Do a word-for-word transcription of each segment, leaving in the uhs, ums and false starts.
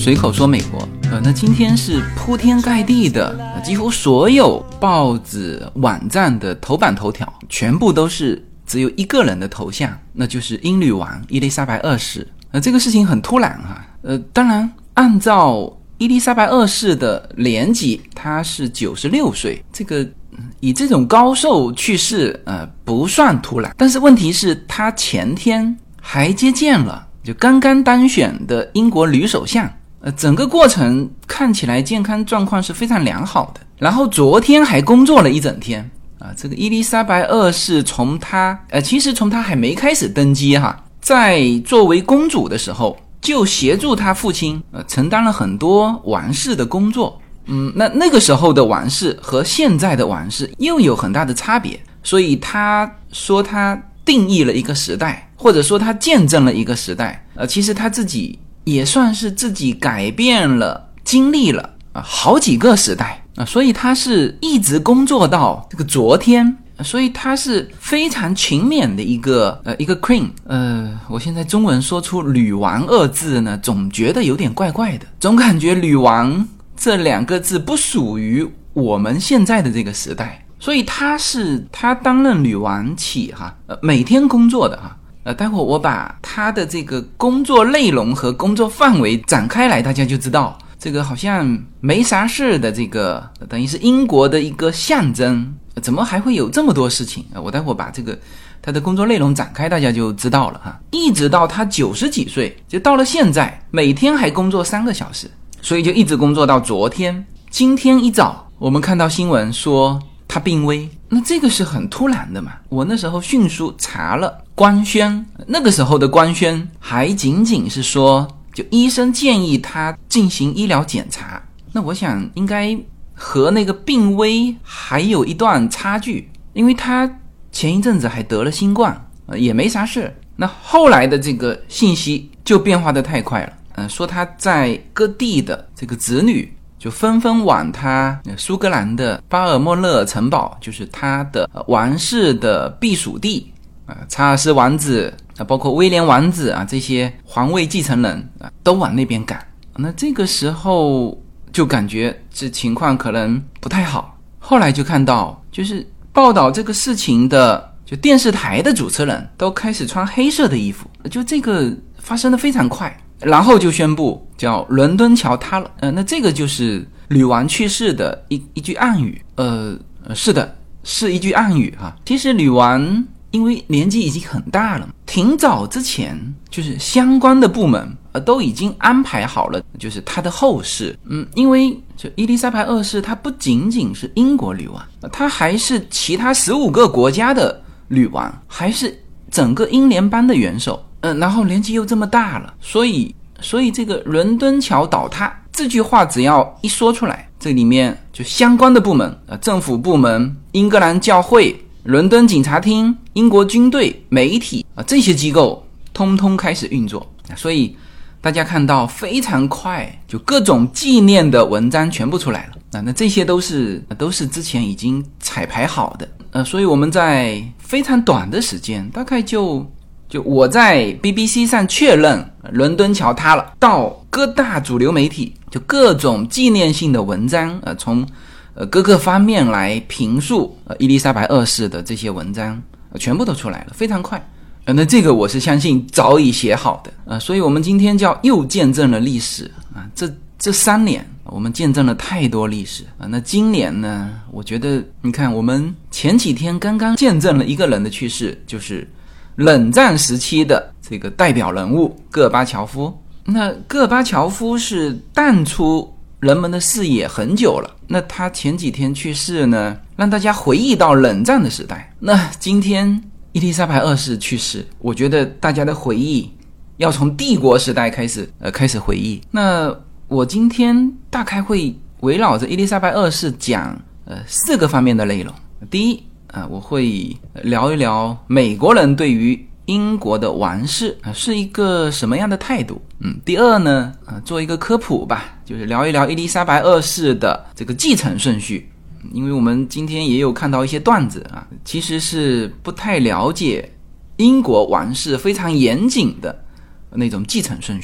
随口说美国，呃，那今天是铺天盖地的，呃、几乎所有报纸网站的头版头条，全部都是只有一个人的头像，那就是英女王伊丽莎白二世。呃，这个事情很突然哈，呃，当然按照伊丽莎白二世的年纪，她是九十六岁，这个以这种高寿去世，呃，不算突然。但是问题是，她前天还接见了就刚刚当选的英国女首相，呃，整个过程看起来健康状况是非常良好的。然后昨天还工作了一整天啊，这个伊丽莎白二世从她呃，其实从她还没开始登基哈，在作为公主的时候，就协助她父亲呃承担了很多王室的工作。嗯，那那个时候的王室和现在的王室又有很大的差别，所以他说他定义了一个时代，或者说他见证了一个时代。呃，其实他自己也算是自己改变了，经历了啊好几个时代啊，所以他是一直工作到这个昨天。所以他是非常勤勉的一个呃一个 queen。 呃，我现在中文说出女王二字呢，总觉得有点怪怪的，总感觉女王这两个字不属于我们现在的这个时代。所以他是他担任女王起哈，呃每天工作的哈。呃，待会儿我把他的这个工作内容和工作范围展开来，大家就知道这个好像没啥事的这个等于是英国的一个象征，怎么还会有这么多事情？我待会儿把这个他的工作内容展开，大家就知道了哈。一直到他九十几岁，就到了现在，每天还工作三个小时，所以就一直工作到昨天。今天一早，我们看到新闻说他病危，那这个是很突然的嘛。我那时候迅速查了官宣，那个时候的官宣还仅仅是说，就医生建议他进行医疗检查。那我想应该和那个病危还有一段差距，因为他前一阵子还得了新冠，呃、也没啥事。那后来的这个信息就变化得太快了，呃、说他在各地的这个子女就纷纷往他苏格兰的巴尔莫勒城堡，就是他的王室的避暑地啊，查尔斯王子啊，包括威廉王子啊，这些皇位继承人啊，都往那边赶。那这个时候就感觉这情况可能不太好。后来就看到，就是报道这个事情的，就电视台的主持人都开始穿黑色的衣服，就这个发生得非常快。然后就宣布叫伦敦桥塌了，呃，那这个就是女王去世的一一句暗语，呃，是的，是一句暗语哈。其实女王因为年纪已经很大了，挺早之前就是相关的部门呃都已经安排好了，就是她的后事。嗯，因为就伊丽莎白二世她不仅仅是英国女王，她还是其他十五个国家的女王，还是整个英联邦的元首。嗯，然后年纪又这么大了，所以所以这个伦敦桥倒塌这句话只要一说出来，这里面就相关的部门呃，政府部门、英格兰教会、伦敦警察厅、英国军队、媒体啊、呃、这些机构通通开始运作。所以大家看到非常快，就各种纪念的文章全部出来了。那那这些都是都是之前已经彩排好的。呃，所以我们在非常短的时间，大概就就我在 B B C 上确认伦敦桥塌了，到各大主流媒体就各种纪念性的文章，呃，从呃各个方面来评述呃伊丽莎白二世的这些文章，呃，全部都出来了，非常快。呃，那这个我是相信早已写好的，呃，所以我们今天叫又见证了历史啊，这这三年我们见证了太多历史啊。那今年呢，我觉得你看，我们前几天刚刚见证了一个人的去世，就是冷战时期的这个代表人物戈尔巴乔夫。那戈尔巴乔夫是淡出人们的视野很久了，那他前几天去世呢，让大家回忆到冷战的时代。那今天伊丽莎白二世去世，我觉得大家的回忆要从帝国时代开始呃开始回忆。那我今天大概会围绕着伊丽莎白二世讲呃四个方面的内容。第一啊，我会聊一聊美国人对于英国的王室啊是一个什么样的态度。嗯，第二呢，啊做一个科普吧，就是聊一聊伊丽莎白二世的这个继承顺序。因为我们今天也有看到一些段子啊，其实是不太了解英国王室非常严谨的那种继承顺序。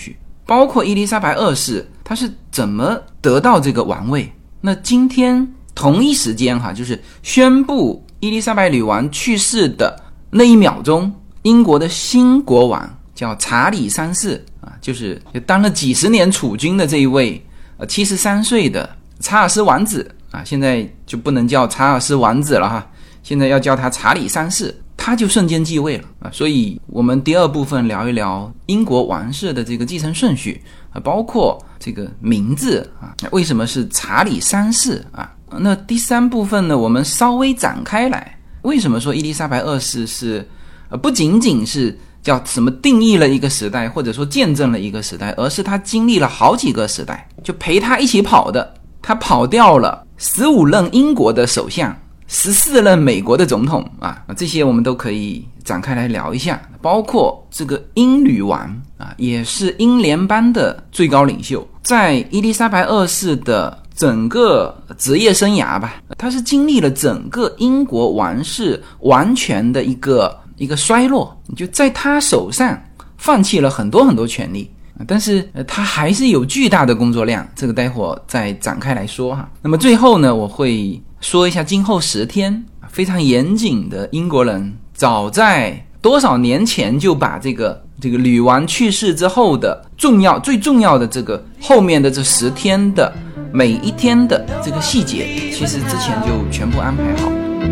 包括伊丽莎白二世她是怎么得到这个王位。那今天同一时间哈，就是宣布伊丽莎白女王去世的那一秒钟，英国的新国王叫查理三世啊，就是当了几十年储君的这一位呃七十三岁的查尔斯王子啊，现在就不能叫查尔斯王子了哈，现在要叫他查理三世，他就瞬间继位了啊。所以我们第二部分聊一聊英国王室的这个继承顺序啊，包括这个名字啊，为什么是查理三世啊？那第三部分呢，我们稍微展开来，为什么说伊丽莎白二世是呃不仅仅是叫什么定义了一个时代，或者说见证了一个时代，而是他经历了好几个时代，就陪他一起跑的，他跑掉了十五任英国的首相，十四任美国的总统啊，这些我们都可以展开来聊一下。包括这个英女王啊，也是英联邦的最高领袖，在伊丽莎白二世的整个职业生涯吧，他是经历了整个英国王室完全的一个一个衰落，就在他手上放弃了很多很多权利，但是他还是有巨大的工作量，这个待会儿再展开来说哈。那么最后呢，我会说一下今后十天非常严谨的英国人早在多少年前就把这个这个女王去世之后的重要最重要的这个后面的这十天的每一天的这个细节，其实之前就全部安排好。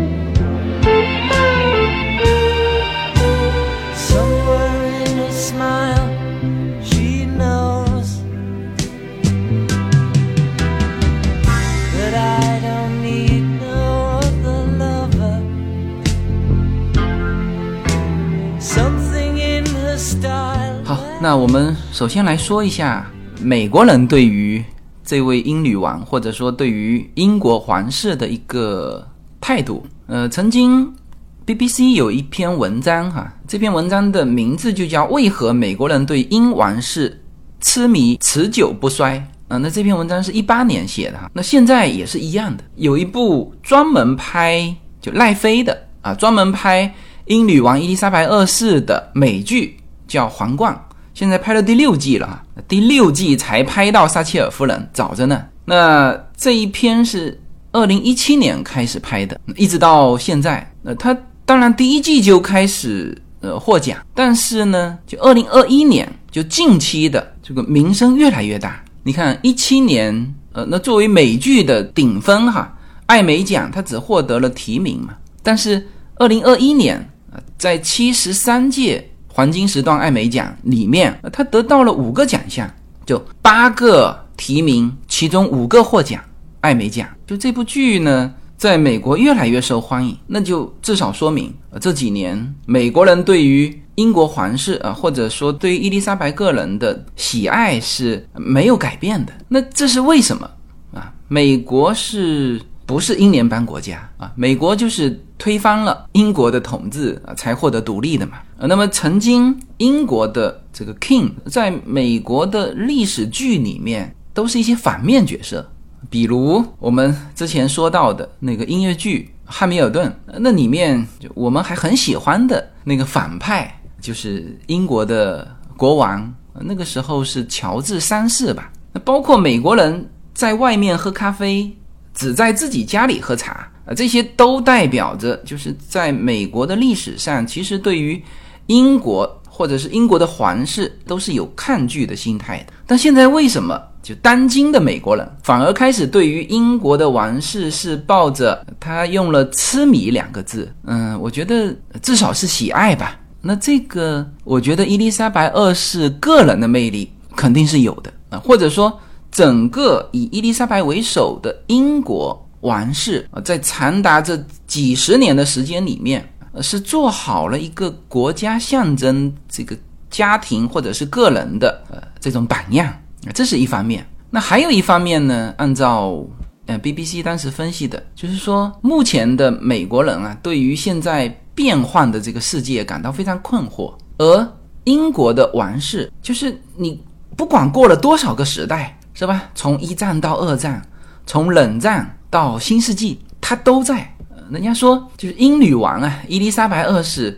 好，那我们首先来说一下美国人对于这位英女王，或者说对于英国皇室的一个态度。呃，曾经 B B C 有一篇文章哈，这篇文章的名字就叫为何美国人对英王室痴迷持久不衰。呃、那这篇文章是一八年写的哈，那现在也是一样的。有一部专门拍就赖飞的啊，专门拍英女王伊丽莎白二世的美剧叫《皇冠》，现在拍了第六季了，第六季才拍到撒切尔夫人，早着呢。那这一篇是二零一七年开始拍的，一直到现在。呃，他当然第一季就开始呃获奖，但是呢，就二零二一年就近期的这个名声越来越大。你看一七年，呃，那作为美剧的顶分哈，艾美奖他只获得了提名嘛，但是二零二一年、呃、在七十三届黄金时段艾美奖里面，他得到了五个奖项，就八个提名，其中五个获奖艾美奖。就这部剧呢，在美国越来越受欢迎，那就至少说明、呃、这几年美国人对于英国皇室啊、呃，或者说对于伊丽莎白个人的喜爱是没有改变的。那这是为什么啊？美国是不是英联邦国家啊？美国就是推翻了英国的统治啊，才获得独立的嘛。呃，那么曾经英国的这个 King 在美国的历史剧里面都是一些反面角色，比如我们之前说到的那个音乐剧《汉密尔顿》，那里面我们还很喜欢的那个反派就是英国的国王，那个时候是乔治三世吧。那包括美国人在外面喝咖啡，只在自己家里喝茶，这些都代表着就是在美国的历史上，其实对于英国或者是英国的皇室都是有抗拒的心态的。但现在为什么就当今的美国人反而开始对于英国的王室是抱着他用了痴迷两个字，嗯，我觉得至少是喜爱吧。那这个我觉得伊丽莎白二世个人的魅力肯定是有的，或者说整个以伊丽莎白为首的英国王室在长达这几十年的时间里面，是做好了一个国家象征这个家庭或者是个人的呃这种榜样，这是一方面。那还有一方面呢，按照呃 B B C 当时分析的，就是说目前的美国人啊，对于现在变换的这个世界感到非常困惑，而英国的王室就是你不管过了多少个时代，是吧？从一战到二战，从冷战到新世纪，它都在。人家说就是英女王啊，伊丽莎白二世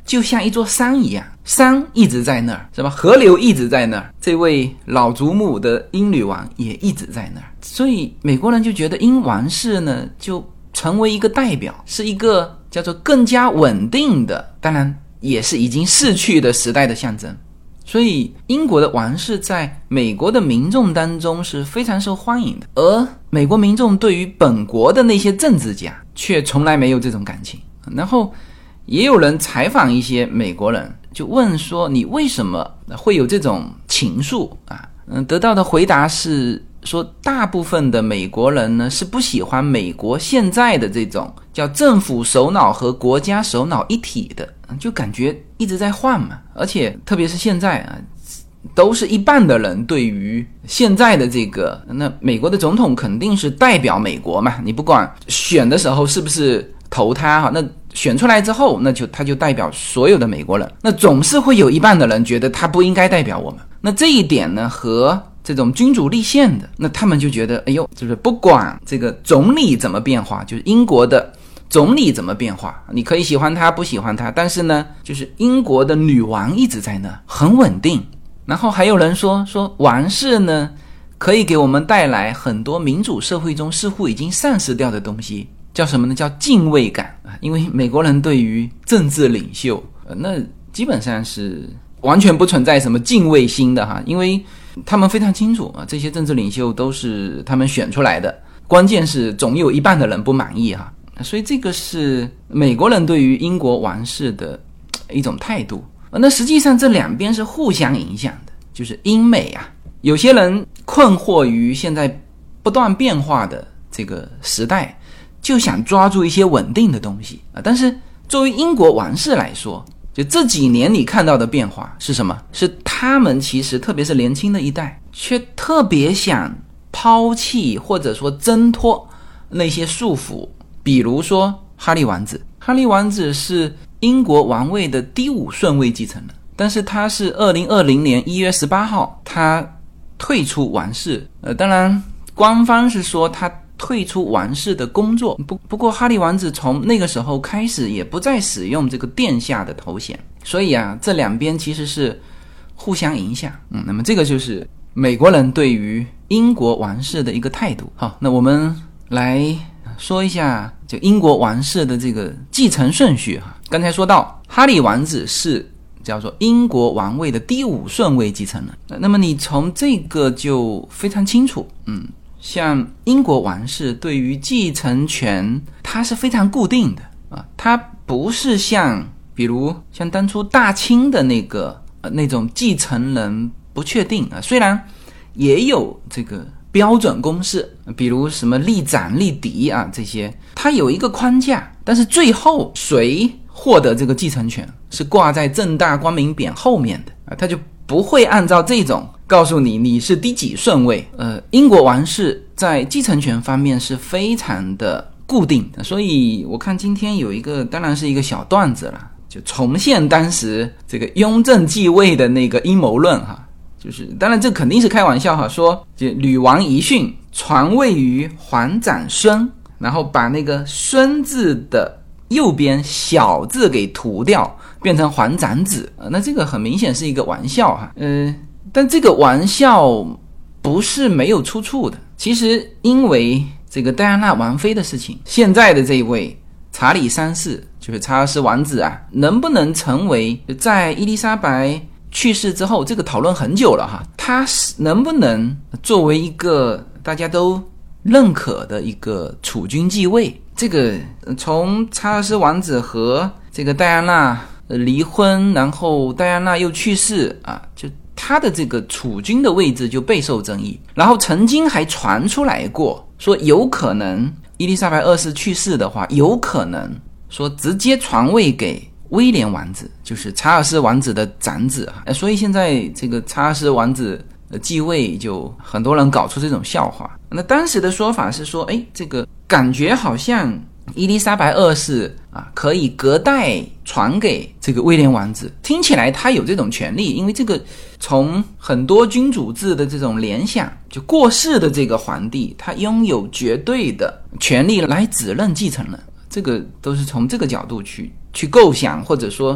就像一座山一样，山一直在那儿，是吧？河流一直在那儿，这位老祖母的英女王也一直在那儿，所以美国人就觉得英王室呢就成为一个代表，是一个叫做更加稳定的，当然也是已经逝去的时代的象征。所以英国的王室在美国的民众当中是非常受欢迎的，而美国民众对于本国的那些政治家却从来没有这种感情。然后也有人采访一些美国人，就问说你为什么会有这种情愫啊？嗯，得到的回答是说大部分的美国人呢是不喜欢美国现在的这种叫政府首脑和国家首脑一体的，就感觉一直在换嘛，而且特别是现在啊，都是一半的人对于现在的这个，那美国的总统肯定是代表美国嘛，你不管选的时候是不是投他哈，那选出来之后，那就他就代表所有的美国人，那总是会有一半的人觉得他不应该代表我们。那这一点呢，和这种君主立宪的，那他们就觉得，哎呦，就是不管这个总理怎么变化，就是英国的总理怎么变化，你可以喜欢他不喜欢他，但是呢就是英国的女王一直在那，很稳定。然后还有人说说王室呢可以给我们带来很多民主社会中似乎已经丧失掉的东西，叫什么呢？叫敬畏感。因为美国人对于政治领袖那基本上是完全不存在什么敬畏心的哈，因为他们非常清楚啊，这些政治领袖都是他们选出来的，关键是总有一半的人不满意哈，所以这个是美国人对于英国王室的一种态度。那实际上这两边是互相影响的，就是英美啊。有些人困惑于现在不断变化的这个时代，就想抓住一些稳定的东西啊。但是作为英国王室来说，就这几年你看到的变化是什么？是他们其实特别是年轻的一代，却特别想抛弃或者说挣脱那些束缚。比如说哈利王子，哈利王子是英国王位的第五顺位继承人，但是他是二零二零年一月十八号他退出王室。呃，当然官方是说他退出王室的工作，不不过哈利王子从那个时候开始也不再使用这个殿下的头衔，所以啊，这两边其实是互相影响。嗯，那么这个就是美国人对于英国王室的一个态度。好，那我们来说一下就英国王室的这个继承顺序哈。刚才说到哈利王子是叫做英国王位的第五顺位继承人，那么你从这个就非常清楚，嗯，像英国王室对于继承权它是非常固定的啊，它不是像比如像当初大清的那个、呃、那种继承人不确定啊，虽然也有这个标准公式，比如什么立长立嫡啊，这些它有一个框架，但是最后谁获得这个继承权是挂在正大光明匾后面的啊，它就不会按照这种告诉你你是第几顺位。呃，英国王室在继承权方面是非常的固定的，所以我看今天有一个当然是一个小段子了，就重现当时这个雍正继位的那个阴谋论哈，就是当然这肯定是开玩笑哈，说就女王遗训传位于皇长孙，然后把那个孙字的右边小字给涂掉，变成皇长子、呃、那这个很明显是一个玩笑哈，呃，但这个玩笑不是没有出处的。其实因为这个戴安娜王妃的事情，现在的这一位查理三世就是查尔斯王子啊，能不能成为在伊丽莎白去世之后，这个讨论很久了哈，他能不能作为一个大家都认可的一个储君继位？这个从查尔斯王子和这个戴安娜离婚，然后戴安娜又去世啊，就他的这个储君的位置就备受争议。然后曾经还传出来过说有可能伊丽莎白二世去世的话，有可能说直接传位给威廉王子，就是查尔斯王子的长子啊。所以现在这个查尔斯王子继位就很多人搞出这种笑话。那当时的说法是说，诶，这个感觉好像伊丽莎白二世啊可以隔代传给这个威廉王子，听起来他有这种权利，因为这个从很多君主制的这种联想，就过世的这个皇帝他拥有绝对的权利来指认继承人，这个都是从这个角度去去构想，或者说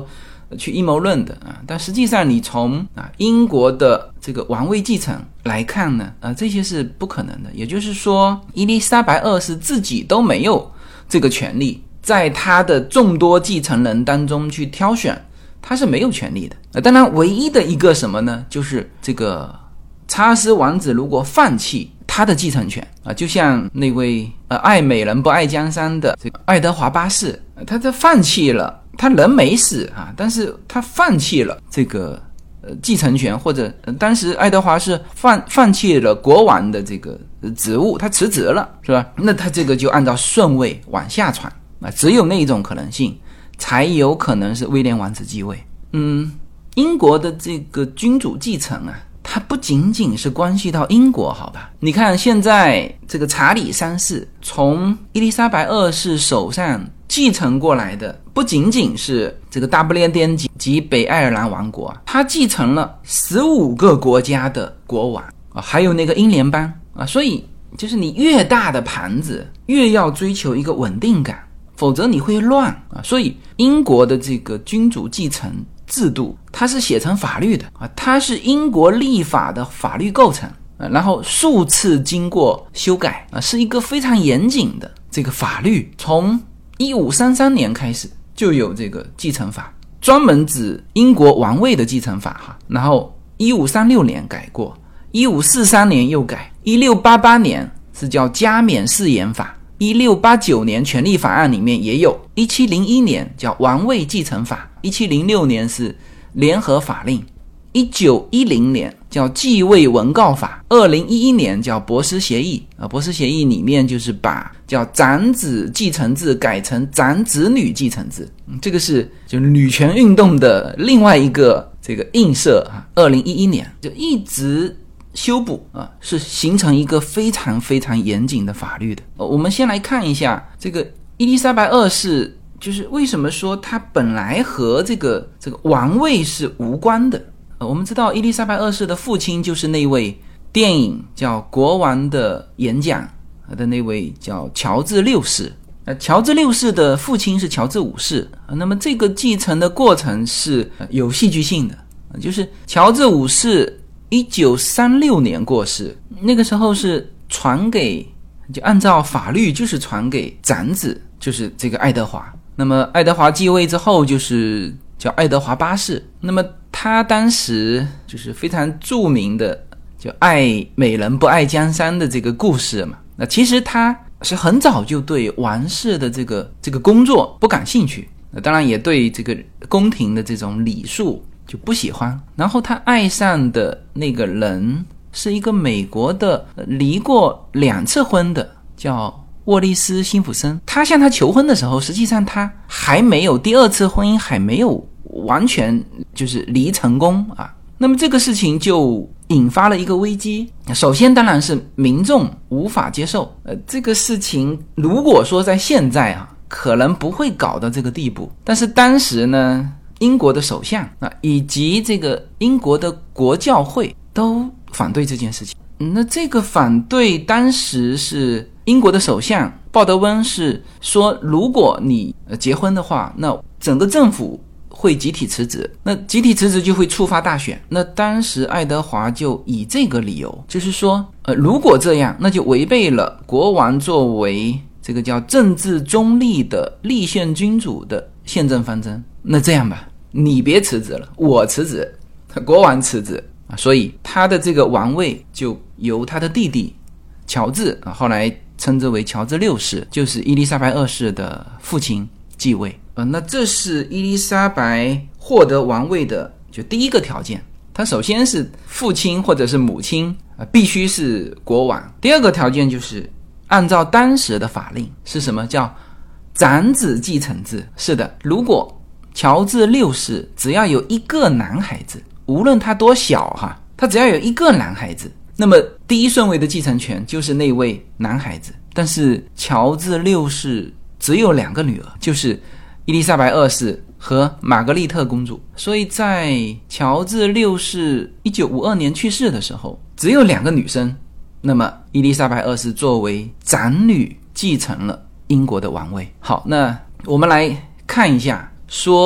去阴谋论的啊，但实际上你从啊英国的这个王位继承来看呢，啊这些是不可能的。也就是说，伊丽莎白二世自己都没有这个权利，在他的众多继承人当中去挑选，他是没有权利的。啊、当然，唯一的一个什么呢？就是这个查尔斯王子如果放弃他的继承权啊，就像那位呃爱美人不爱江山的这个爱德华八世，他这放弃了，他人没死啊，但是他放弃了这个呃继承权，或者、呃、当时爱德华是放放弃了国王的这个、呃、职务，他辞职了，是吧？那他这个就按照顺位往下传啊，只有那一种可能性才有可能是威廉王子继位。嗯，英国的这个君主继承啊，它不仅仅是关系到英国，好吧？你看现在这个查理三世从伊丽莎白二世手上继承过来的，不仅仅是这个大不列颠及及北爱尔兰王国，他继承了十五个国家的国王啊，还有那个英联邦啊，所以就是你越大的盘子，越要追求一个稳定感，否则你会乱啊。所以英国的这个君主继承制度，它是写成法律的啊，它是英国立法的法律构成啊，然后数次经过修改啊，是一个非常严谨的这个法律。从一五三三年开始就有这个继承法，专门指英国王位的继承法哈。然后一五三六年改过，一五四三年又改，一六八八年是叫加冕誓言法，一六八九年权利法案里面也有，一七零一年叫王位继承法，一七零六年是联合法令，一九一零年叫继位文告法，二零一一年叫博斯协议啊，博斯协议里面就是把叫长子继承制改成长子女继承制，嗯、这个是就女权运动的另外一个这个映射啊。二零一一年就一直修补啊，是形成一个非常非常严谨的法律的。我们先来看一下这个伊丽莎白二世，就是为什么说她本来和这个这个王位是无关的。呃，我们知道伊丽莎白二世的父亲就是那位电影叫《国王的演讲》的那位叫乔治六世。呃，乔治六世的父亲是乔治五世，呃、那么这个继承的过程是有戏剧性的，呃、就是乔治五世一九三六年过世，那个时候是传给，就按照法律就是传给长子，就是这个爱德华。那么爱德华继位之后就是叫爱德华八世。那么他当时就是非常著名的就爱美人不爱江山的这个故事嘛。那其实他是很早就对王室的这个这个工作不感兴趣，那当然也对这个宫廷的这种礼数就不喜欢。然后他爱上的那个人是一个美国的离过两次婚的叫沃利斯辛普森。他向他求婚的时候，实际上他还没有第二次婚姻还没有完全就是离成功啊。那么这个事情就引发了一个危机。首先当然是民众无法接受，呃，这个事情如果说在现在啊，可能不会搞到这个地步，但是当时呢，英国的首相啊，以及这个英国的国教会都反对这件事情。那这个反对当时是英国的首相鲍德温是说，如果你结婚的话，那整个政府会集体辞职，那集体辞职就会触发大选。那当时爱德华就以这个理由，就是说呃，如果这样，那就违背了国王作为这个叫政治中立的立宪君主的宪政方针。那这样吧，你别辞职了，我辞职，国王辞职啊，所以他的这个王位就由他的弟弟乔治啊，后来称之为乔治六世，就是伊丽莎白二世的父亲继位。呃，那这是伊丽莎白获得王位的就第一个条件，他首先是父亲或者是母亲、呃、必须是国王。第二个条件就是按照当时的法令是什么，叫长子继承制。是的，如果乔治六世只要有一个男孩子，无论他多小哈，他只要有一个男孩子，那么第一顺位的继承权就是那位男孩子。但是乔治六世只有两个女儿，就是伊丽莎白二世和玛格丽特公主，所以在乔治六世一九五二年去世的时候，只有两个女生，那么伊丽莎白二世作为长女继承了英国的王位。好，那我们来看一下，说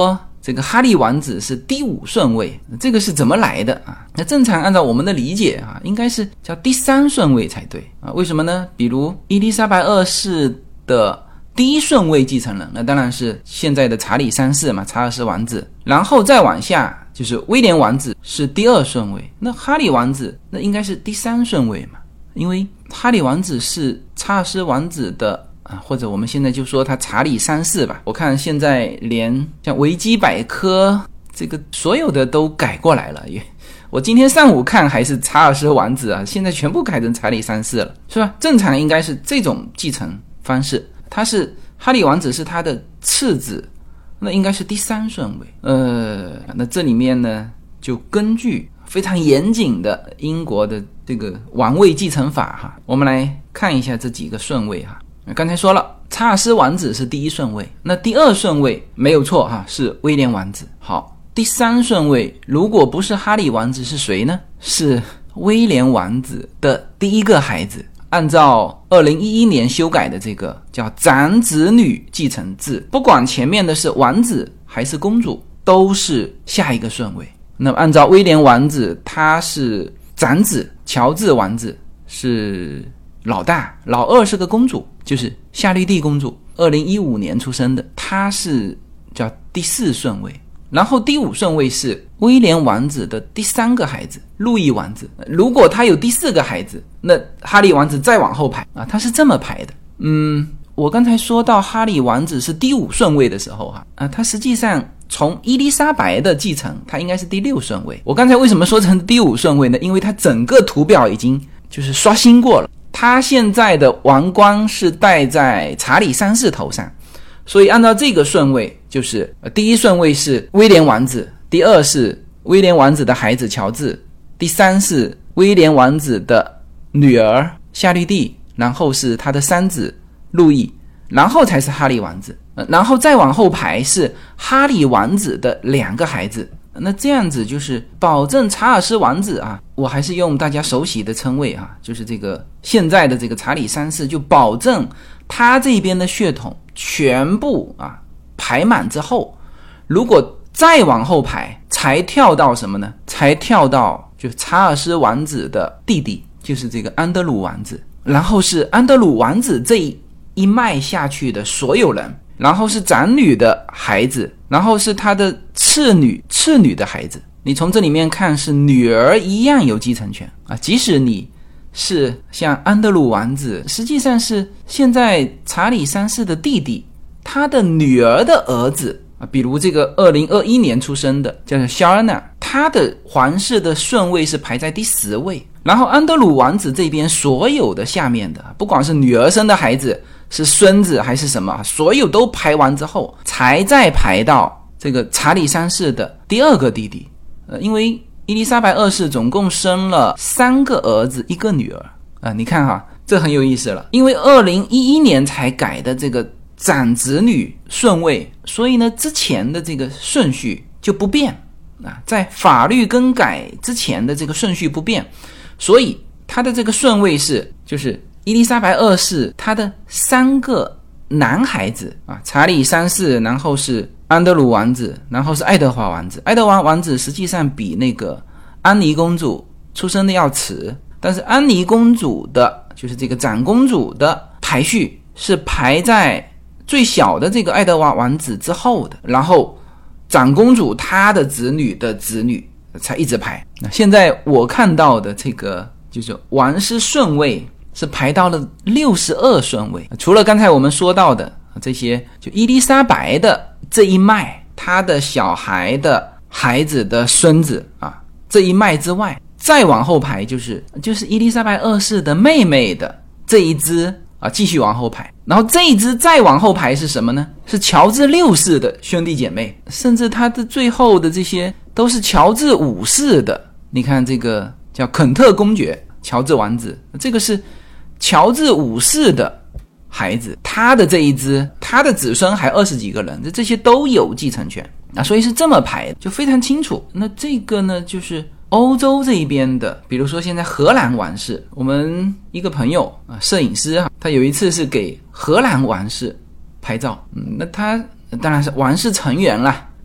这个哈利王子是第五顺位，这个是怎么来的啊？那正常按照我们的理解啊，应该是叫第三顺位才对啊？为什么呢？比如伊丽莎白二世的第一顺位继承人，那当然是现在的查理三世嘛，查尔斯王子，然后再往下就是威廉王子是第二顺位，那哈利王子那应该是第三顺位嘛，因为哈利王子是查尔斯王子的啊，或者我们现在就说他查理三世吧。我看现在连像维基百科这个所有的都改过来了，也我今天上午看还是查尔斯王子啊，现在全部改成查理三世了，是吧？正常应该是这种继承方式，他是哈利王子是他的次子，那应该是第三顺位。呃，那这里面呢，就根据非常严谨的英国的这个王位继承法哈，我们来看一下这几个顺位哈。刚才说了，查尔斯王子是第一顺位，那第二顺位没有错哈，是威廉王子。好，第三顺位如果不是哈利王子是谁呢？是威廉王子的第一个孩子。按照二零一一年修改的这个叫长子女继承制，不管前面的是王子还是公主，都是下一个顺位。那么按照威廉王子，他是长子，乔治王子是老大，老二是个公主，就是夏绿蒂公主，二零一五年出生的，她是叫第四顺位。然后第五顺位是威廉王子的第三个孩子路易王子，如果他有第四个孩子，那哈利王子再往后排啊，他是这么排的。嗯，我刚才说到哈利王子是第五顺位的时候哈，啊，他实际上从伊丽莎白的继承，他应该是第六顺位。我刚才为什么说成第五顺位呢？因为他整个图表已经就是刷新过了，他现在的王冠是戴在查理三世头上。所以按照这个顺位，就是第一顺位是威廉王子，第二是威廉王子的孩子乔治，第三是威廉王子的女儿夏绿蒂，然后是他的三子路易，然后才是哈利王子，然后再往后排是哈利王子的两个孩子。那这样子就是保证查尔斯王子啊，我还是用大家熟悉的称谓啊，就是这个现在的这个查理三世，就保证他这边的血统全部啊排满之后，如果再往后排才跳到什么呢？才跳到就查尔斯王子的弟弟，就是这个安德鲁王子，然后是安德鲁王子这一一脉下去的所有人，然后是长女的孩子，然后是他的次女次女的孩子。你从这里面看是女儿一样有继承权啊，即使你是像安德鲁王子，实际上是现在查理三世的弟弟，他的女儿的儿子啊，比如这个二零二一年出生的叫做肖安娜，他的皇室的顺位是排在第十位。然后安德鲁王子这边所有的下面的，不管是女儿生的孩子，是孙子还是什么，所有都排完之后，才再排到这个查理三世的第二个弟弟。呃，因为伊丽莎白二世总共生了三个儿子一个女儿啊、呃，你看哈，这很有意思了。因为二零一一年才改的这个长子女顺位，所以呢之前的这个顺序就不变啊，在法律更改之前的这个顺序不变，所以他的这个顺位是就是伊丽莎白二世他的三个男孩子啊，查理三世，然后是安德鲁王子，然后是爱德华王子。爱德华王子实际上比那个安妮公主出生的要迟，但是安妮公主的就是这个长公主的排序是排在最小的这个爱德华王子之后的，然后长公主她的子女的子女才一直排。那现在我看到的这个就是王室顺位是排到了六十二顺位，除了刚才我们说到的这些就伊丽莎白的这一脉，她的小孩的孩子的孙子啊这一脉之外，再往后排就是就是伊丽莎白二世的妹妹的这一支啊，继续往后排，然后这一支再往后排是什么呢？是乔治六世的兄弟姐妹，甚至他的最后的这些都是乔治五世的。你看这个叫肯特公爵乔治王子，这个是乔治五世的孩子，他的这一支他的子孙还二十几个人，这些都有继承权啊，所以是这么排就非常清楚。那这个呢就是欧洲这一边的，比如说现在荷兰王室，我们一个朋友啊，摄影师啊，他有一次是给荷兰王室拍照，嗯，那他当然是王室成员啦，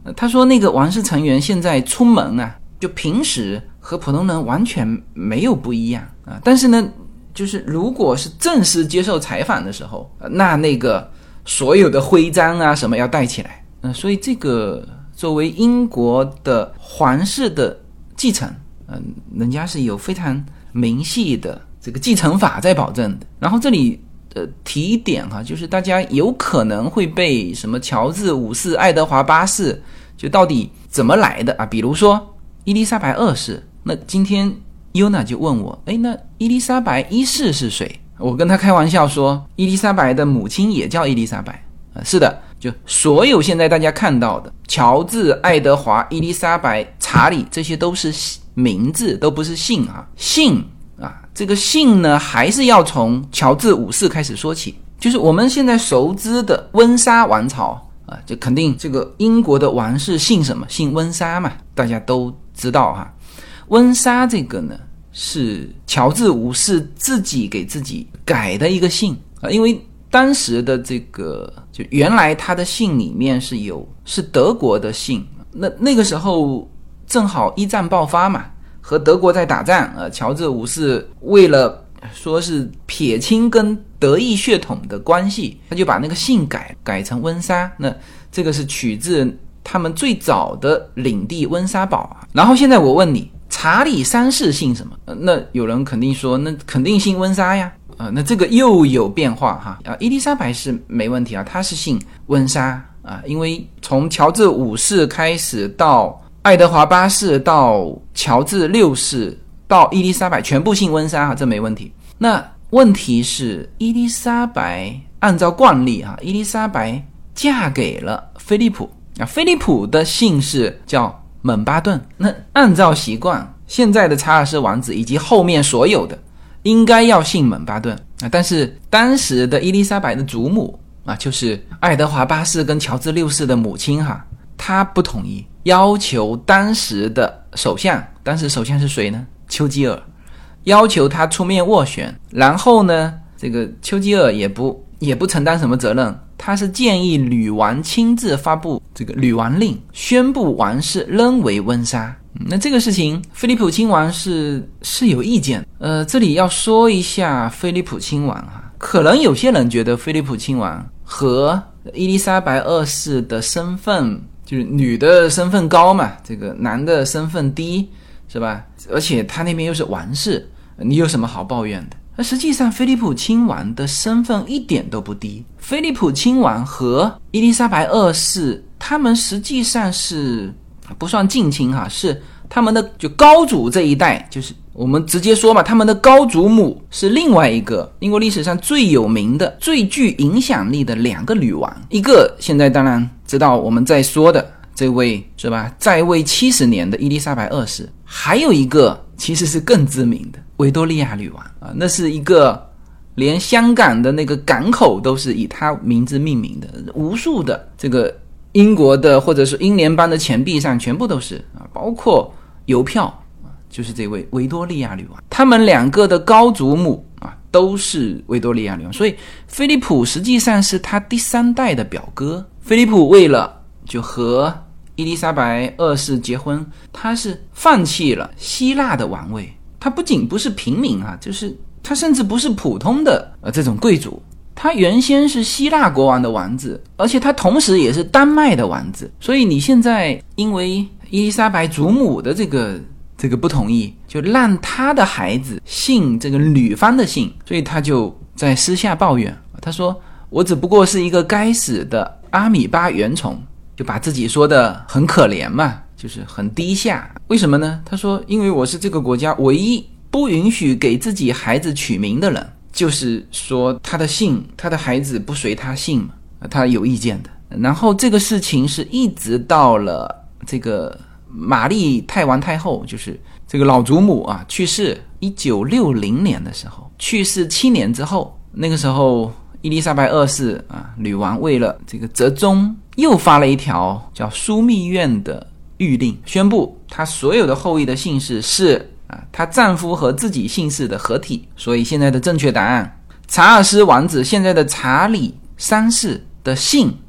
呃、他说那个王室成员现在出门啊，就平时和普通人完全没有不一样啊，但是呢，就是如果是正式接受采访的时候，呃、那那个所有的徽章啊什么要戴起来，呃、所以这个作为英国的皇室的继承，嗯、呃，人家是有非常明细的这个继承法在保证的。然后这里呃提一点哈，就是大家有可能会被什么乔治五世、爱德华八世就到底怎么来的啊？比如说伊丽莎白二世，那今天 Yuna 就问我，诶，那伊丽莎白一世是谁？我跟他开玩笑说，伊丽莎白的母亲也叫伊丽莎白。呃、是的，就所有现在大家看到的乔治、爱德华、伊丽莎白、查理，这些都是名字，都不是姓啊。姓啊，这个姓呢，还是要从乔治五世开始说起。就是我们现在熟知的温莎王朝啊，就肯定这个英国的王室姓什么？姓温莎嘛，大家都知道哈。温莎这个呢，是乔治五世自己给自己改的一个姓啊，因为当时的这个就原来他的姓里面是有是德国的姓，那那个时候正好一战爆发嘛，和德国在打仗，呃，乔治五世为了说是撇清跟德意血统的关系，他就把那个姓改改成温莎，那这个是取自他们最早的领地温莎堡啊。然后现在我问你，查理三世姓什么？呃、那有人肯定说，那肯定姓温莎呀。呃，那这个又有变化哈啊，伊丽莎白是没问题啊，她是姓温莎啊，因为从乔治五世开始到爱德华八世到乔治六世到伊丽莎白，全部姓温莎啊，这没问题。那问题是伊丽莎白按照惯例哈，伊丽莎白嫁给了菲利普啊，菲利普的姓氏叫蒙巴顿。那按照习惯，现在的查尔斯王子以及后面所有的应该要姓蒙巴顿啊，但是当时的伊丽莎白的祖母啊，就是爱德华八世跟乔治六世的母亲哈，她不同意，要求当时的首相，当时首相是谁呢？丘吉尔，要求他出面斡旋，然后呢，这个丘吉尔也不也不承担什么责任，他是建议女王亲自发布这个女王令，宣布王室仍为温莎。那这个事情菲利普亲王是是有意见。呃，这里要说一下菲利普亲王哈，可能有些人觉得菲利普亲王和伊丽莎白二世的身份，就是女的身份高嘛，这个男的身份低，是吧？而且他那边又是王室，你有什么好抱怨的？那实际上菲利普亲王的身份一点都不低，菲利普亲王和伊丽莎白二世他们实际上是不算近亲哈，是他们的就高祖这一代，就是我们直接说嘛，他们的高祖母是另外一个英国历史上最有名的、最具影响力的两个女王，一个现在当然知道我们在说的这位是吧，在位七十年的伊丽莎白二世，还有一个其实是更知名的维多利亚女王啊，那是一个连香港的那个港口都是以她名字命名的，无数的这个英国的或者是英联邦的钱币上全部都是啊，包括邮票啊，就是这位维多利亚女王。他们两个的高祖母啊都是维多利亚女王，所以菲利普实际上是他第三代的表哥。菲利普为了就和伊丽莎白二世结婚，他是放弃了希腊的王位，他不仅不是平民啊，就是他甚至不是普通的呃这种贵族。他原先是希腊国王的王子，而且他同时也是丹麦的王子，所以你现在因为伊丽莎白祖母的这个这个不同意，就让他的孩子姓这个女方的姓，所以他就在私下抱怨，他说我只不过是一个该死的阿米巴原虫，就把自己说的很可怜嘛，就是很低下。为什么呢？他说因为我是这个国家唯一不允许给自己孩子取名的人，就是说他的姓，他的孩子不随他姓嘛，他有意见的。然后这个事情是一直到了这个玛丽太王太后，就是这个老祖母啊去世，一九六零年的时候，去世七年之后，那个时候伊丽莎白二世啊女王为了这个折中，又发了一条叫枢密院的谕令，宣布她所有的后裔的姓氏是啊，她丈夫和自己姓氏的合体。所以现在的正确答案，查尔斯王子现在的查理三世的姓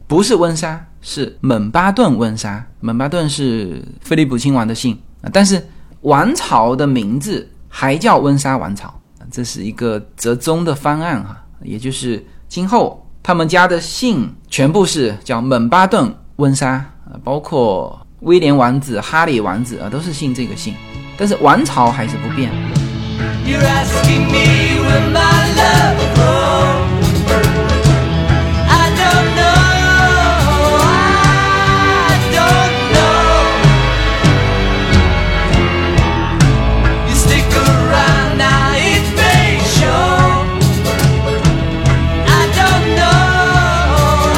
不是温莎，是蒙巴顿温莎。蒙巴顿是菲利普亲王的姓，但是王朝的名字还叫温莎王朝，这是一个折中的方案哈，也就是今后他们家的姓全部是叫蒙巴顿温莎，包括威廉王子、哈里王子啊，都是姓这个姓，但是王朝还是不变。You're asking me where my love grows. I don't know, I don't know. You stick around now, it may show. I don't know,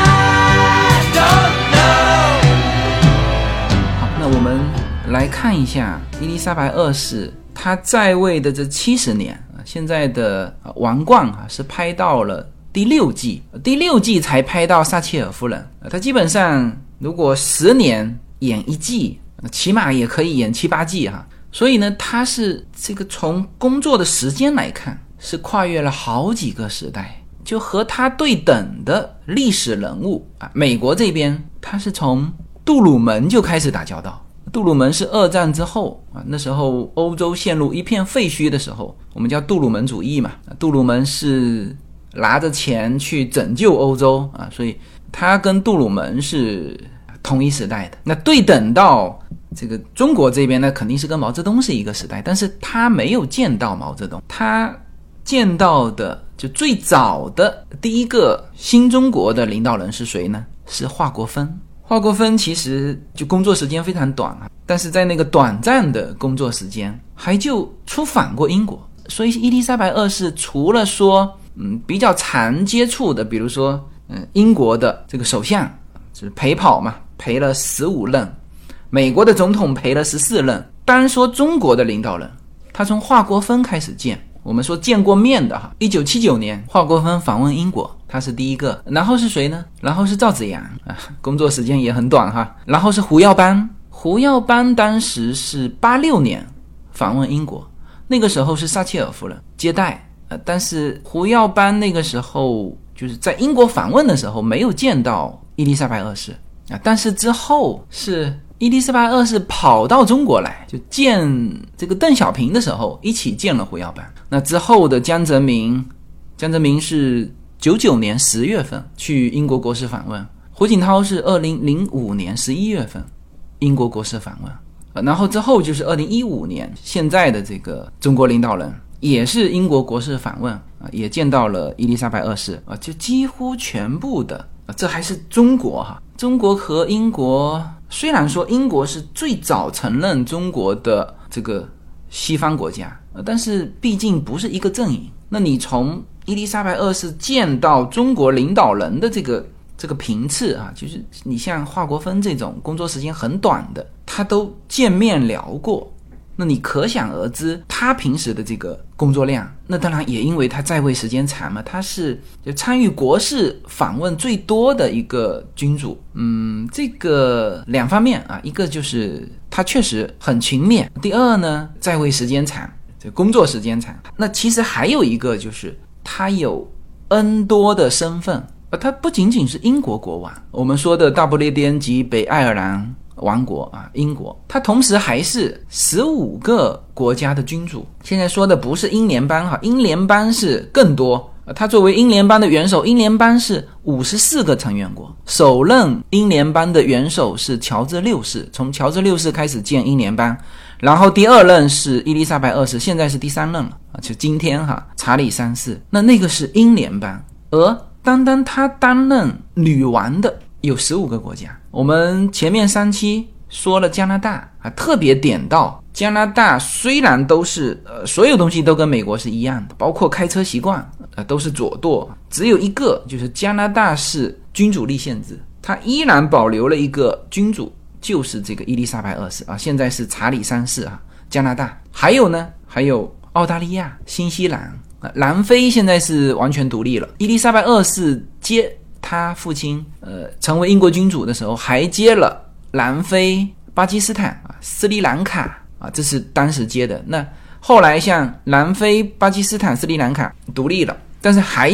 I don't know. 好，那我们来看一下伊丽莎白二世他在位的这七十年，现在的王冠啊是拍到了第六季，第六季才拍到撒切尔夫人。他基本上如果十年演一季，起码也可以演七八季哈。所以呢，他是这个从工作的时间来看，是跨越了好几个时代，就和他对等的历史人物啊。美国这边，他是从杜鲁门就开始打交道。杜鲁门是二战之后啊，那时候欧洲陷入一片废墟的时候，我们叫杜鲁门主义嘛。杜鲁门是拿着钱去拯救欧洲啊，所以他跟杜鲁门是同一时代的。那对等到这个中国这边呢，肯定是跟毛泽东是一个时代，但是他没有见到毛泽东，他见到的就最早的第一个新中国的领导人是谁呢？是华国锋。华国锋其实就工作时间非常短啊，但是在那个短暂的工作时间还就出访过英国。所以伊丽莎白二世除了说嗯比较常接触的，比如说嗯英国的这个首相就是陪跑嘛，陪了十五任，美国的总统陪了十四任，单说中国的领导人，他从华国锋开始见，我们说见过面的哈。一九七九年华国锋访问英国，他是第一个，然后是谁呢？然后是赵紫阳啊，工作时间也很短哈。然后是胡耀邦，胡耀邦当时是八六年访问英国，那个时候是撒切尔夫人接待，呃，但是胡耀邦那个时候就是在英国访问的时候没有见到伊丽莎白二世啊，但是之后是伊丽莎白二世跑到中国来，就见这个邓小平的时候一起见了胡耀邦。那之后的江泽民，江泽民是九九年十月份去英国国事访问，胡锦涛是二零零五年十一月份英国国事访问，然后之后就是二零一五年现在的这个中国领导人也是英国国事访问，也见到了伊丽莎白二世，就几乎全部的，这还是中国哈。中国和英国，虽然说英国是最早承认中国的这个西方国家，但是毕竟不是一个阵营。那你从伊丽莎白二世见到中国领导人的这个这个频次啊，就是你像华国锋这种工作时间很短的，他都见面聊过，那你可想而知他平时的这个工作量。那当然也因为他在位时间长嘛，他是就参与国事访问最多的一个君主。嗯，这个两方面啊，一个就是他确实很勤勉，第二呢，在位时间长，工作时间长。那其实还有一个就是他有 N 多的身份，他不仅仅是英国国王，我们说的大不列颠及北爱尔兰王国啊，英国，他同时还是十五个国家的君主。现在说的不是英联邦哈，英联邦是更多。他作为英联邦的元首，英联邦是五十四个成员国，首任英联邦的元首是乔治六世，从乔治六世开始建英联邦，然后第二任是伊丽莎白二世，现在是第三任了，就今天哈，查理三世。那那个是英联邦，而单单他担任女王的有十五个国家。我们前面三期说了加拿大啊，特别点到加拿大虽然都是呃所有东西都跟美国是一样的，包括开车习惯呃都是左舵，只有一个就是加拿大是君主立宪制，它依然保留了一个君主，就是这个伊丽莎白二世啊，现在是查理三世啊，加拿大。还有呢，还有澳大利亚、新西兰、啊、南非现在是完全独立了。伊丽莎白二世接他父亲呃成为英国君主的时候，还接了南非、巴基斯坦啊、斯里兰卡啊，这是当时接的。那后来像南非、巴基斯坦、斯里兰卡独立了，但是还有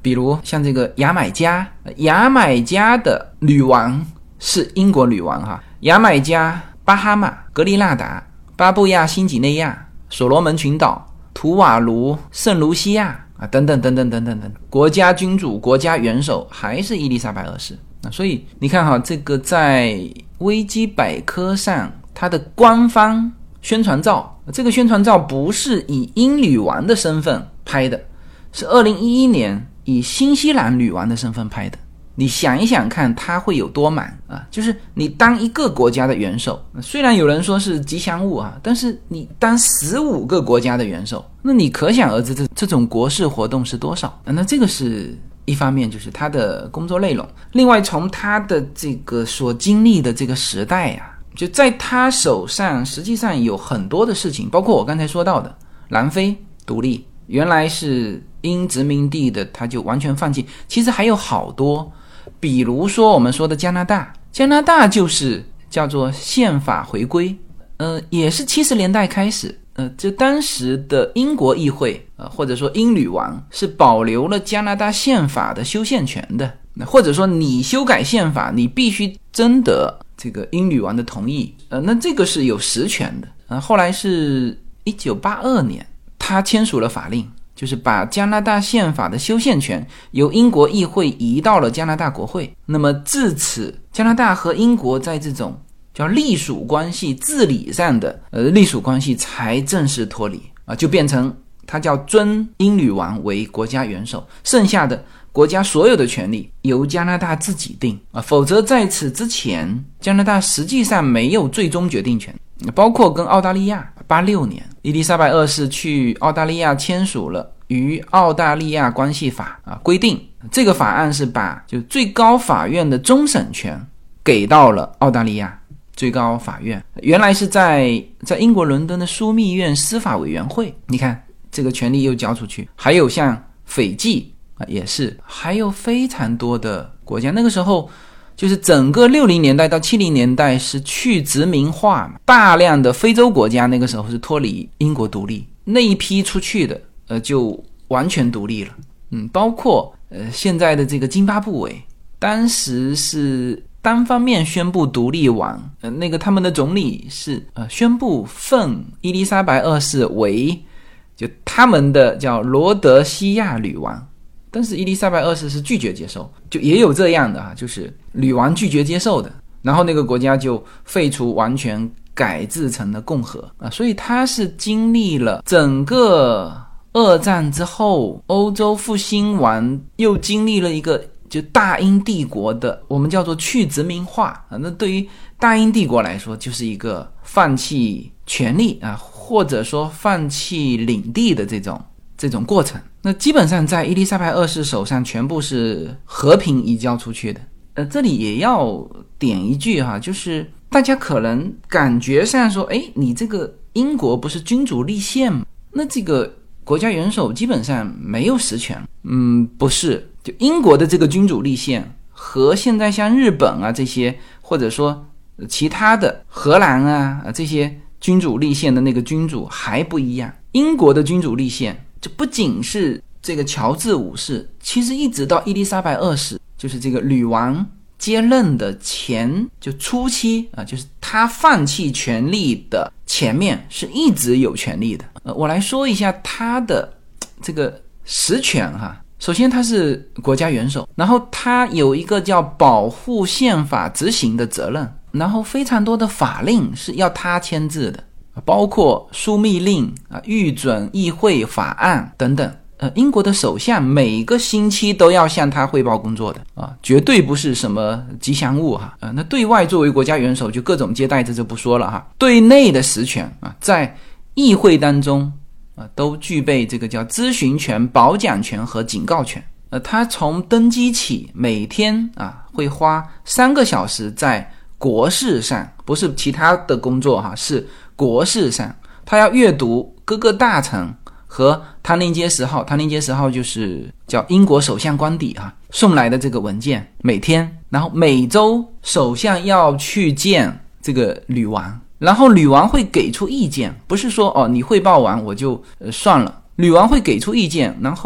比如像这个牙买加，牙买加的女王是英国女王哈，牙买加、巴哈马、格里纳达、巴布亚新几内亚、所罗门群岛、图瓦卢、圣卢西亚啊，等等等等等等等，国家君主、国家元首还是伊丽莎白二世。那所以你看哈，这个在维基百科上，它的官方宣传照，这个宣传照不是以英女王的身份拍的，是二零一一年以新西兰女王的身份拍的。你想一想看，它会有多满啊！就是你当一个国家的元首，虽然有人说是吉祥物啊，但是你当十五个国家的元首，那你可想而知这这种国事活动是多少、啊、那这个是一方面，就是他的工作内容。另外从他的这个所经历的这个时代啊，就在他手上实际上有很多的事情，包括我刚才说到的南非独立，原来是英殖民地的，他就完全放弃。其实还有好多，比如说我们说的加拿大，加拿大就是叫做宪法回归，呃，也是七十年代开始，呃，就当时的英国议会，呃，或者说英女王是保留了加拿大宪法的修宪权的，或者说你修改宪法，你必须征得这个英女王的同意，呃，那这个是有实权的。呃，后来是一九八二年，他签署了法令。就是把加拿大宪法的修宪权由英国议会移到了加拿大国会。那么自此，加拿大和英国在这种叫隶属关系、治理上的呃隶属关系才正式脱离啊，就变成它叫尊英女王为国家元首，剩下的国家所有的权利由加拿大自己定啊，否则在此之前，加拿大实际上没有最终决定权。包括跟澳大利亚，八六年伊丽莎白二世去澳大利亚签署了与澳大利亚关系法啊，规定这个法案是把就最高法院的终审权给到了澳大利亚最高法院。原来是在在英国伦敦的枢密院司法委员会，你看这个权力又交出去。还有像斐济啊，也是，还有非常多的国家，那个时候就是整个六零年代到七零年代是去殖民化，大量的非洲国家那个时候是脱离英国独立，那一批出去的呃就完全独立了。嗯，包括呃现在的这个津巴布韦，当时是单方面宣布独立完，呃那个他们的总理是呃宣布奉伊丽莎白二世为就他们的叫罗德西亚女王。但是伊丽莎白二世是拒绝接受，就也有这样的啊，就是女王拒绝接受的，然后那个国家就废除，完全改制成了共和啊。所以它是经历了整个二战之后，欧洲复兴完，又经历了一个就大英帝国的我们叫做去殖民化啊。那对于大英帝国来说，就是一个放弃权力啊，或者说放弃领地的这种这种过程。那基本上在伊丽莎白二世手上全部是和平移交出去的。呃，这里也要点一句哈，就是大家可能感觉上说，诶，你这个英国不是君主立宪吗？那这个国家元首基本上没有实权。嗯，不是，就英国的这个君主立宪和现在像日本啊这些，或者说其他的荷兰啊这些君主立宪的那个君主还不一样。英国的君主立宪这不仅是这个乔治五世，其实一直到伊丽莎白二世，就是这个女王接任的前就初期啊，就是她放弃权力的前面是一直有权力的。呃，我来说一下她的这个实权哈。首先她是国家元首，然后她有一个叫保护宪法执行的责任，然后非常多的法令是要她签字的，包括枢密令啊、预准议会法案等等。呃，英国的首相每个星期都要向他汇报工作的啊，绝对不是什么吉祥物哈。呃，那对外作为国家元首就各种接待，这就不说了哈。对内的实权啊，在议会当中啊，都具备这个叫咨询权、保讲权和警告权。呃，他从登基起，每天啊会花三个小时在国事上，不是其他的工作哈，是国事上，他要阅读各个大臣和唐宁街十号，唐宁街十号就是叫英国首相官邸哈送来的这个文件，每天，然后每周首相要去见这个女王，然后女王会给出意见，不是说哦你汇报完我就、呃、算了，女王会给出意见，然后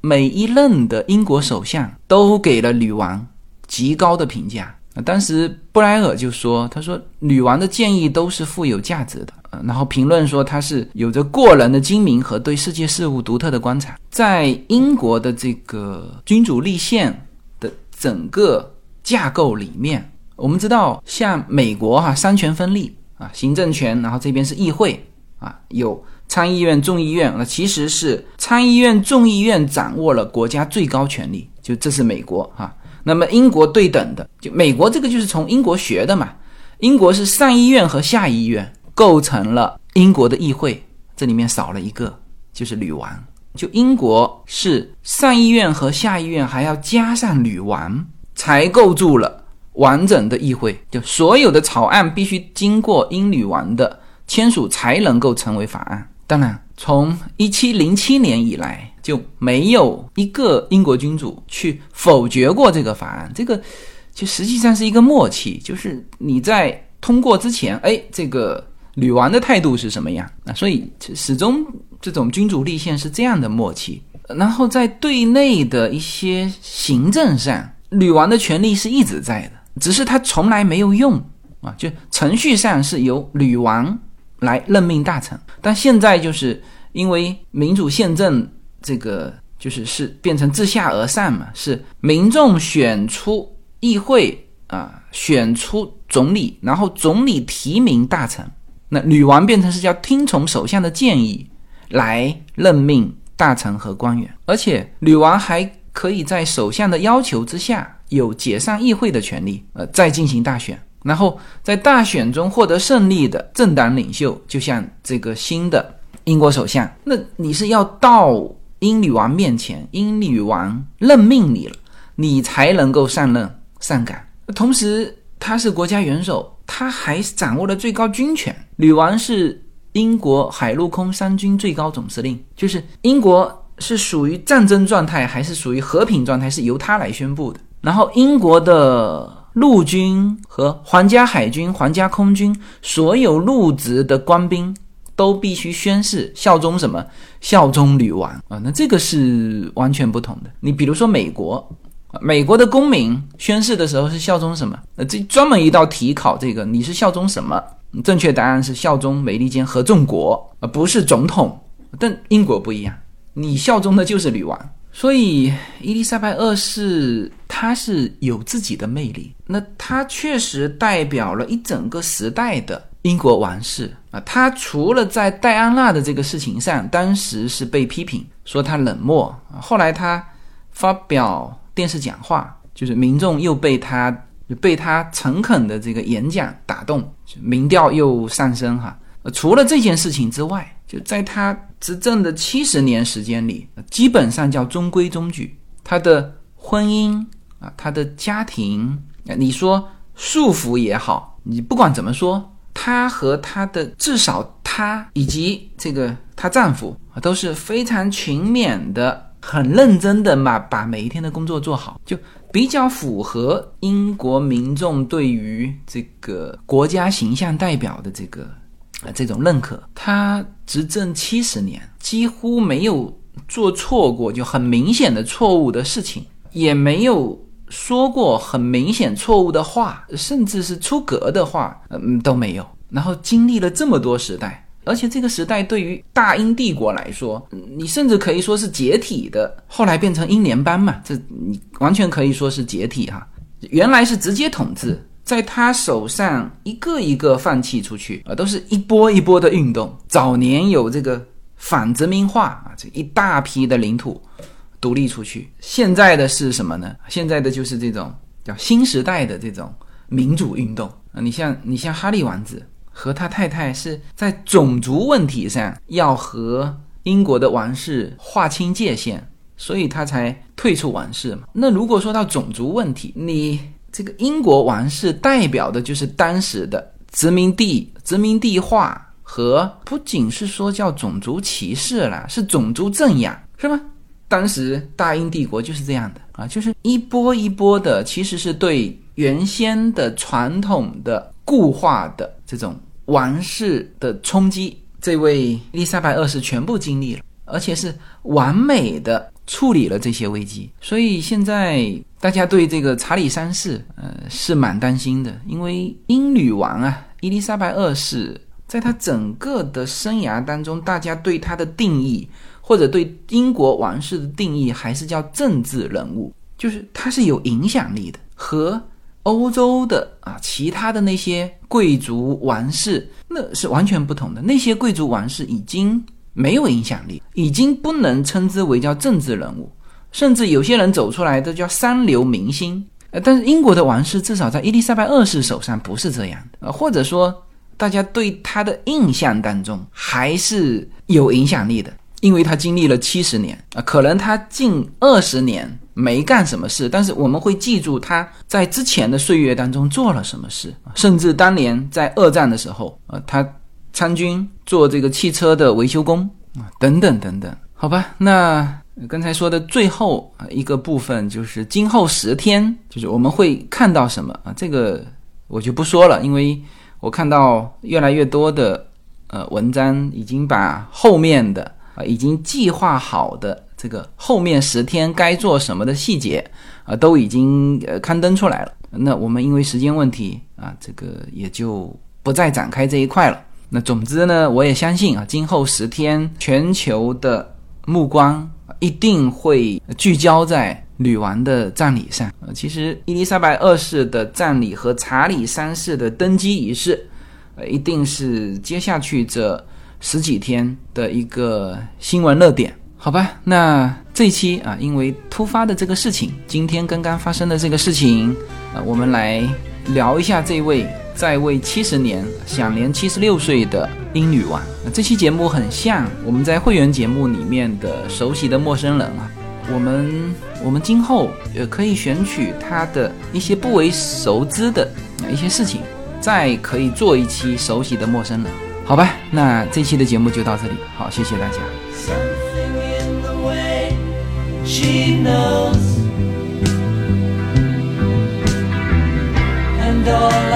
每一任的英国首相都给了女王极高的评价。当时布莱尔就说，他说女王的建议都是富有价值的，然后评论说她是有着过人的精明和对世界事物独特的观察。在英国的这个君主立宪的整个架构里面，我们知道像美国哈、啊、三权分立啊，行政权，然后这边是议会啊，有参议院、众议院，那其实是参议院、众议院掌握了国家最高权力，就这是美国哈、啊。那么英国对等的，就美国这个就是从英国学的嘛，英国是上议院和下议院构成了英国的议会，这里面少了一个，就是女王。就英国是上议院和下议院还要加上女王才构筑了完整的议会，就所有的草案必须经过英女王的签署才能够成为法案。当然从一七零七年以来就没有一个英国君主去否决过这个法案，这个就实际上是一个默契，就是你在通过之前，哎，这个女王的态度是什么样，那所以始终这种君主立宪是这样的默契。然后在对内的一些行政上，女王的权力是一直在的，只是她从来没有用啊，就程序上是由女王来任命大臣，但现在就是因为民主宪政这个就是是变成自下而上嘛，是民众选出议会啊，选出总理，然后总理提名大臣，那女王变成是要听从首相的建议来任命大臣和官员，而且女王还可以在首相的要求之下有解散议会的权利，呃，再进行大选，然后在大选中获得胜利的政党领袖，就像这个新的英国首相，那你是要到英女王面前，英女王任命你了，你才能够上任上岗。同时他是国家元首，他还掌握了最高军权，女王是英国海陆空三军最高总司令，就是英国是属于战争状态还是属于和平状态是由他来宣布的。然后英国的陆军和皇家海军、皇家空军所有入职的官兵都必须宣誓效忠什么？效忠女王啊！那这个是完全不同的。你比如说美国，美国的公民宣誓的时候是效忠什么？那这专门一道题考这个，你是效忠什么？正确答案是效忠美利坚合众国，而不是总统。但英国不一样，你效忠的就是女王。所以伊丽莎白二世她是有自己的魅力，那她确实代表了一整个时代的英国王室啊。她除了在戴安娜的这个事情上当时是被批评说她冷漠，后来她发表电视讲话，就是民众又被她被她诚恳的这个演讲打动，民调又上升哈。除了这件事情之外，就在他执政的七十年时间里，基本上叫中规中矩。他的婚姻啊，他的家庭，你说束缚也好，你不管怎么说，他和他的至少他以及这个他丈夫都是非常勤勉的，很认真的嘛，把每一天的工作做好，就比较符合英国民众对于这个国家形象代表的这个这种认可。他执政七十年，几乎没有做错过就很明显的错误的事情，也没有说过很明显错误的话，甚至是出格的话，嗯，都没有。然后经历了这么多时代，而且这个时代对于大英帝国来说，你甚至可以说是解体的，后来变成英联邦嘛，这你完全可以说是解体哈。原来是直接统治，在他手上一个一个放弃出去，都是一波一波的运动。早年有这个反殖民化，这一大批的领土独立出去。现在的是什么呢？现在的就是这种叫新时代的这种民主运动。你像你像哈利王子和他太太是在种族问题上要和英国的王室划清界限，所以他才退出王室嘛。那如果说到种族问题，你这个英国王室代表的就是当时的殖民地殖民地化和不仅是说叫种族歧视啦，是种族镇压，是吗？当时大英帝国就是这样的啊，就是一波一波的，其实是对原先的传统的固化的这种王室的冲击，这位伊丽莎白二世全部经历了，而且是完美的处理了这些危机。所以现在大家对这个查理三世呃是蛮担心的，因为英女王啊伊丽莎白二世在她整个的生涯当中，大家对她的定义或者对英国王室的定义还是叫政治人物，就是她是有影响力的，和欧洲的啊其他的那些贵族王室那是完全不同的。那些贵族王室已经没有影响力，已经不能称之为叫政治人物，甚至有些人走出来都叫三流明星。呃，但是英国的王室至少在伊丽莎白二世手上不是这样的，呃，或者说大家对他的印象当中还是有影响力的，因为他经历了七十年，呃，可能他近二十年没干什么事，但是我们会记住他在之前的岁月当中做了什么事，甚至当年在二战的时候，呃，他参军做这个汽车的维修工，呃，等等等等。好吧，那刚才说的最后一个部分就是今后十天，就是我们会看到什么啊？这个我就不说了，因为我看到越来越多的呃文章已经把后面的啊已经计划好的这个后面十天该做什么的细节啊都已经呃刊登出来了。那我们因为时间问题啊，这个也就不再展开这一块了。那总之呢，我也相信啊，今后十天全球的目光一定会聚焦在女王的葬礼上。其实伊丽莎白二世的葬礼和查理三世的登基仪式一定是接下去这十几天的一个新闻热点。好吧，那这一期啊，因为突发的这个事情，今天刚刚发生的这个事情啊，我们来聊一下这位在位七十年享年七十六岁的英女王。这期节目很像我们在会员节目里面的熟悉的陌生人啊，我们我们今后也可以选取他的一些不为熟知的一些事情，再可以做一期熟悉的陌生人。好吧，那这期的节目就到这里，好，谢谢大家。She knows, and all